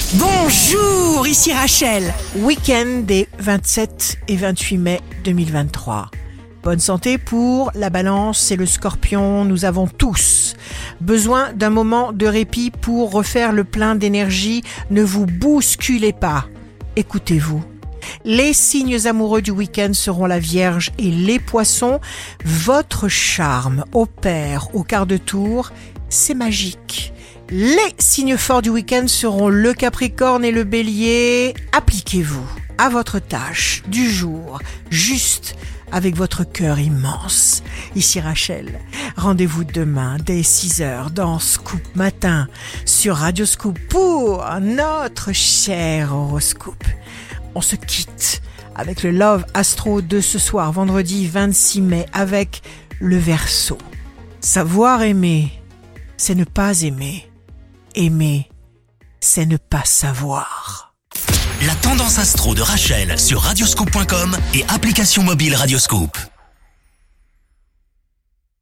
Bonjour, ici Rachel. Week-end des 27 et 28 mai 2023. Bonne santé pour la Balance et le Scorpion. Nous avons tous besoin d'un moment de répit pour refaire le plein d'énergie. Ne vous bousculez pas. Écoutez-vous. Les signes amoureux du week-end seront la Vierge et les Poissons. Votre charme opère au quart de tour. C'est magique. Les signes forts du week-end seront le Capricorne et le Bélier. Appliquez-vous à votre tâche du jour, juste avec votre cœur immense. Ici Rachel, rendez-vous demain dès 6h dans Scoop Matin sur Radio Scoop pour notre cher horoscope. On se quitte avec le Love Astro de ce soir, vendredi 26 mai, avec le Verseau. Savoir aimer, c'est ne pas aimer. Aimer, c'est ne pas savoir. La tendance astro de Rachel sur radioscoop.com et application mobile Radioscoop.